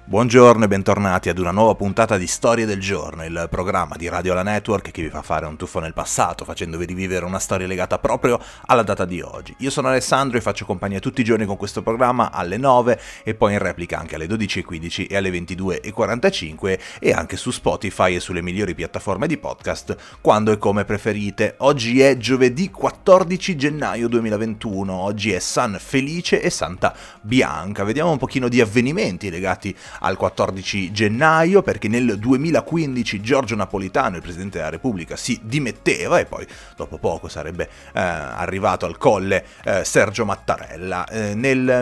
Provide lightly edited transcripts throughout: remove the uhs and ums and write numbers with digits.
Buongiorno e bentornati ad una nuova puntata di Storie del Giorno, il programma di Radio La Network che vi fa fare un tuffo nel passato, facendovi rivivere una storia legata proprio alla data di oggi. Io sono Alessandro e faccio compagnia tutti i giorni con questo programma alle 9 e poi in replica anche alle 12.15 e alle 22.45 e anche su Spotify e sulle migliori piattaforme di podcast quando e come preferite. Oggi è giovedì 14 gennaio 2021, oggi è San Felice e Santa Bianca. Vediamo un pochino di avvenimenti legati al 14 gennaio, perché nel 2015 Giorgio Napolitano, il Presidente della Repubblica, si dimetteva e poi dopo poco sarebbe arrivato al colle Sergio Mattarella. Nel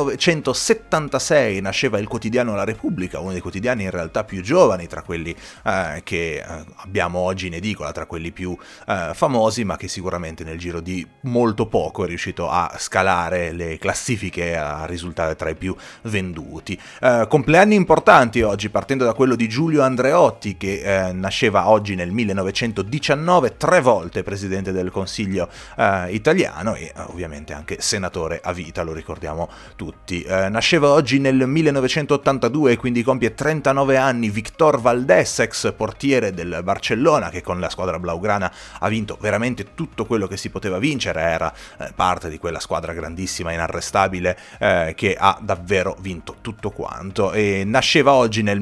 1976 nasceva il quotidiano La Repubblica, uno dei quotidiani in realtà più giovani tra quelli che abbiamo oggi in edicola, tra quelli più famosi, ma che sicuramente nel giro di molto poco è riuscito a scalare le classifiche, a risultare tra i più venduti. Compleanni importanti oggi, partendo da quello di Giulio Andreotti, che nasceva oggi nel 1919, 3 volte Presidente del Consiglio italiano e ovviamente anche senatore a vita, lo ricordiamo tutti. Nasceva oggi nel 1982, quindi compie 39 anni, Victor Valdés, ex portiere del Barcellona, che con la squadra blaugrana ha vinto veramente tutto quello che si poteva vincere, era parte di quella squadra grandissima, inarrestabile, che ha davvero vinto tutto quanto. E nasceva oggi nel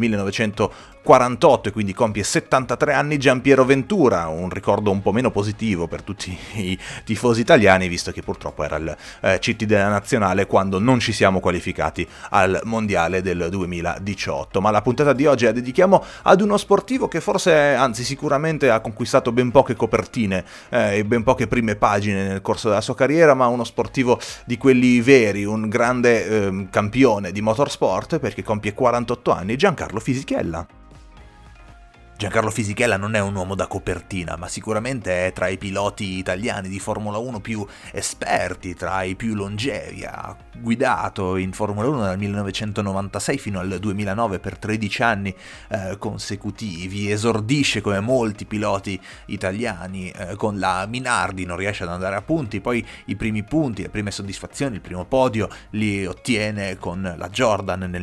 1948 e quindi compie 73 anni Giampiero Ventura, un ricordo un po' meno positivo per tutti i tifosi italiani, visto che purtroppo era il CT della nazionale quando non ci siamo qualificati al mondiale del 2018. Ma la puntata di oggi la dedichiamo ad uno sportivo che forse, anzi sicuramente, ha conquistato ben poche copertine e ben poche prime pagine nel corso della sua carriera, ma uno sportivo di quelli veri, un grande campione di motorsport, perché compie 48 anni, Giancarlo Fisichella. Giancarlo Fisichella non è un uomo da copertina, ma sicuramente è tra i piloti italiani di Formula 1 più esperti, tra i più longevi. Ha guidato in Formula 1 dal 1996 fino al 2009 per 13 anni consecutivi. Esordisce come molti piloti italiani con la Minardi, non riesce ad andare a punti, poi i primi punti, le prime soddisfazioni, il primo podio li ottiene con la Jordan nel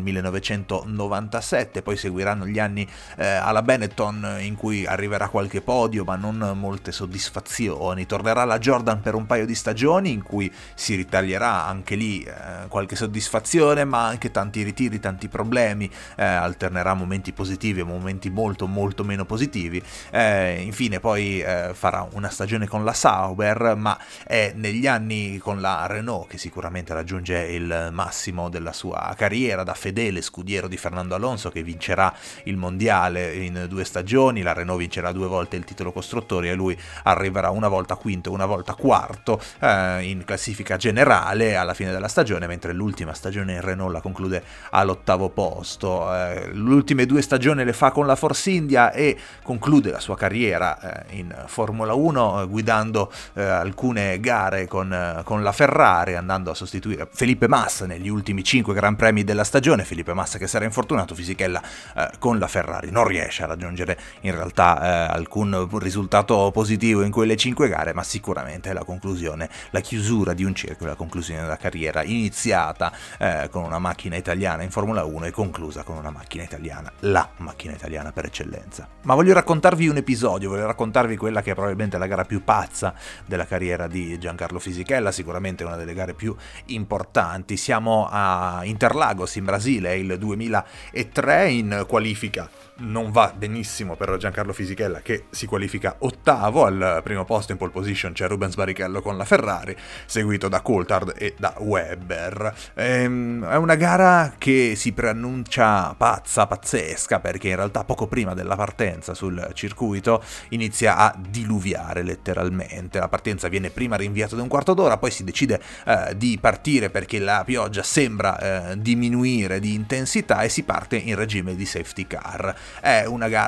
1997, poi seguiranno gli anni alla Benetton in cui arriverà qualche podio ma non molte soddisfazioni. Tornerà la Jordan per un paio di stagioni in cui si ritaglierà anche lì qualche soddisfazione, ma anche tanti ritiri, tanti problemi, alternerà momenti positivi e momenti molto molto meno positivi. Infine poi farà una stagione con la Sauber, ma è negli anni con la Renault che sicuramente raggiunge il massimo della sua carriera, da fedele scudiero di Fernando Alonso, che vincerà il mondiale in 2 stagioni. La Renault vincerà 2 volte il titolo costruttori e lui arriverà una volta quinto e una volta quarto in classifica generale alla fine della stagione, mentre l'ultima stagione in Renault la conclude all'8° posto. Le ultime 2 stagioni le fa con la Force India e conclude la sua carriera in Formula 1 guidando alcune gare con la Ferrari, andando a sostituire Felipe Massa negli ultimi 5 Gran Premi della stagione. Felipe Massa che sarà infortunato. Fisichella con la Ferrari non riesce a raggiungere in realtà alcun risultato positivo in quelle 5 gare, ma sicuramente è la conclusione, la chiusura di un cerchio, la conclusione della carriera iniziata con una macchina italiana in Formula 1 e conclusa con una macchina italiana, la macchina italiana per eccellenza. Ma voglio raccontarvi un episodio, voglio raccontarvi quella che è probabilmente la gara più pazza della carriera di Giancarlo Fisichella, sicuramente una delle gare più importanti. Siamo a Interlagos in Brasile, è il 2003, in qualifica non va benissimo per Giancarlo Fisichella, che si qualifica 8º. Al primo posto in pole position c'è Rubens Barrichello con la Ferrari, seguito da Coulthard e da Webber. È una gara che si preannuncia pazzesca, perché in realtà poco prima della partenza sul circuito inizia a diluviare letteralmente. La partenza viene prima rinviata di un quarto d'ora, poi si decide di partire perché la pioggia sembra diminuire di intensità e si parte in regime di safety car. È una gara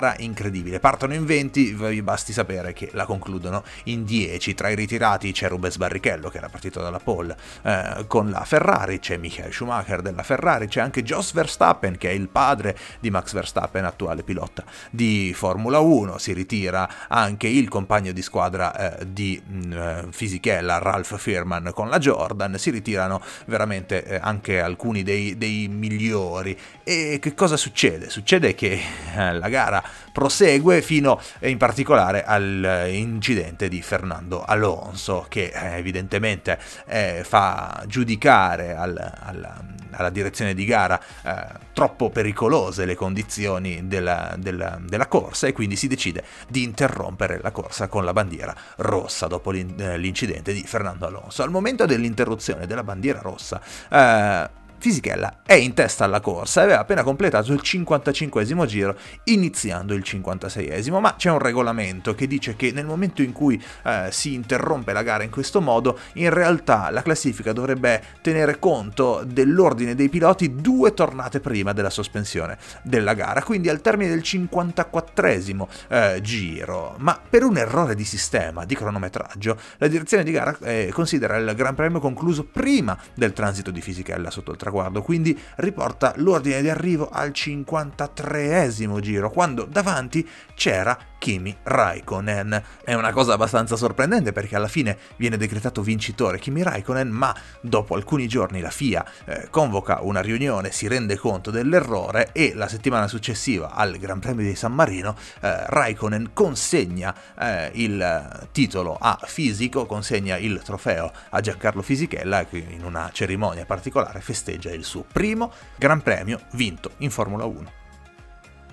maniera incredibile. Partono in 20, vi basti sapere che la concludono in 10. Tra i ritirati c'è Rubens Barrichello, che era partito dalla pole con la Ferrari, c'è Michael Schumacher della Ferrari, c'è anche Jos Verstappen, che è il padre di Max Verstappen, attuale pilota di Formula 1. Si ritira anche il compagno di squadra di Fisichella, Ralph Firman, con la Jordan. Si ritirano veramente anche alcuni dei migliori. E che cosa succede? Succede che la gara prosegue fino in particolare all'incidente di Fernando Alonso, che evidentemente fa giudicare alla direzione di gara troppo pericolose le condizioni della corsa, e quindi si decide di interrompere la corsa con la bandiera rossa dopo l'incidente di Fernando Alonso. Al momento dell'interruzione della bandiera rossa, Fisichella è in testa alla corsa e aveva appena completato il 55esimo giro, iniziando il 56esimo, ma c'è un regolamento che dice che nel momento in cui si interrompe la gara in questo modo, in realtà la classifica dovrebbe tenere conto dell'ordine dei piloti 2 tornate prima della sospensione della gara, quindi al termine del 54esimo giro. Ma per un errore di sistema, di cronometraggio, la direzione di gara considera il Gran Premio concluso prima del transito di Fisichella sotto il traguardo, quindi riporta l'ordine di arrivo al 53esimo giro, quando davanti c'era Kimi Raikkonen. È una cosa abbastanza sorprendente, perché alla fine viene decretato vincitore Kimi Raikkonen, ma dopo alcuni giorni la FIA convoca una riunione, si rende conto dell'errore, e la settimana successiva al Gran Premio di San Marino Raikkonen consegna il titolo a Fisico, consegna il trofeo a Giancarlo Fisichella, che in una cerimonia particolare festeggia il suo primo Gran Premio vinto in Formula 1.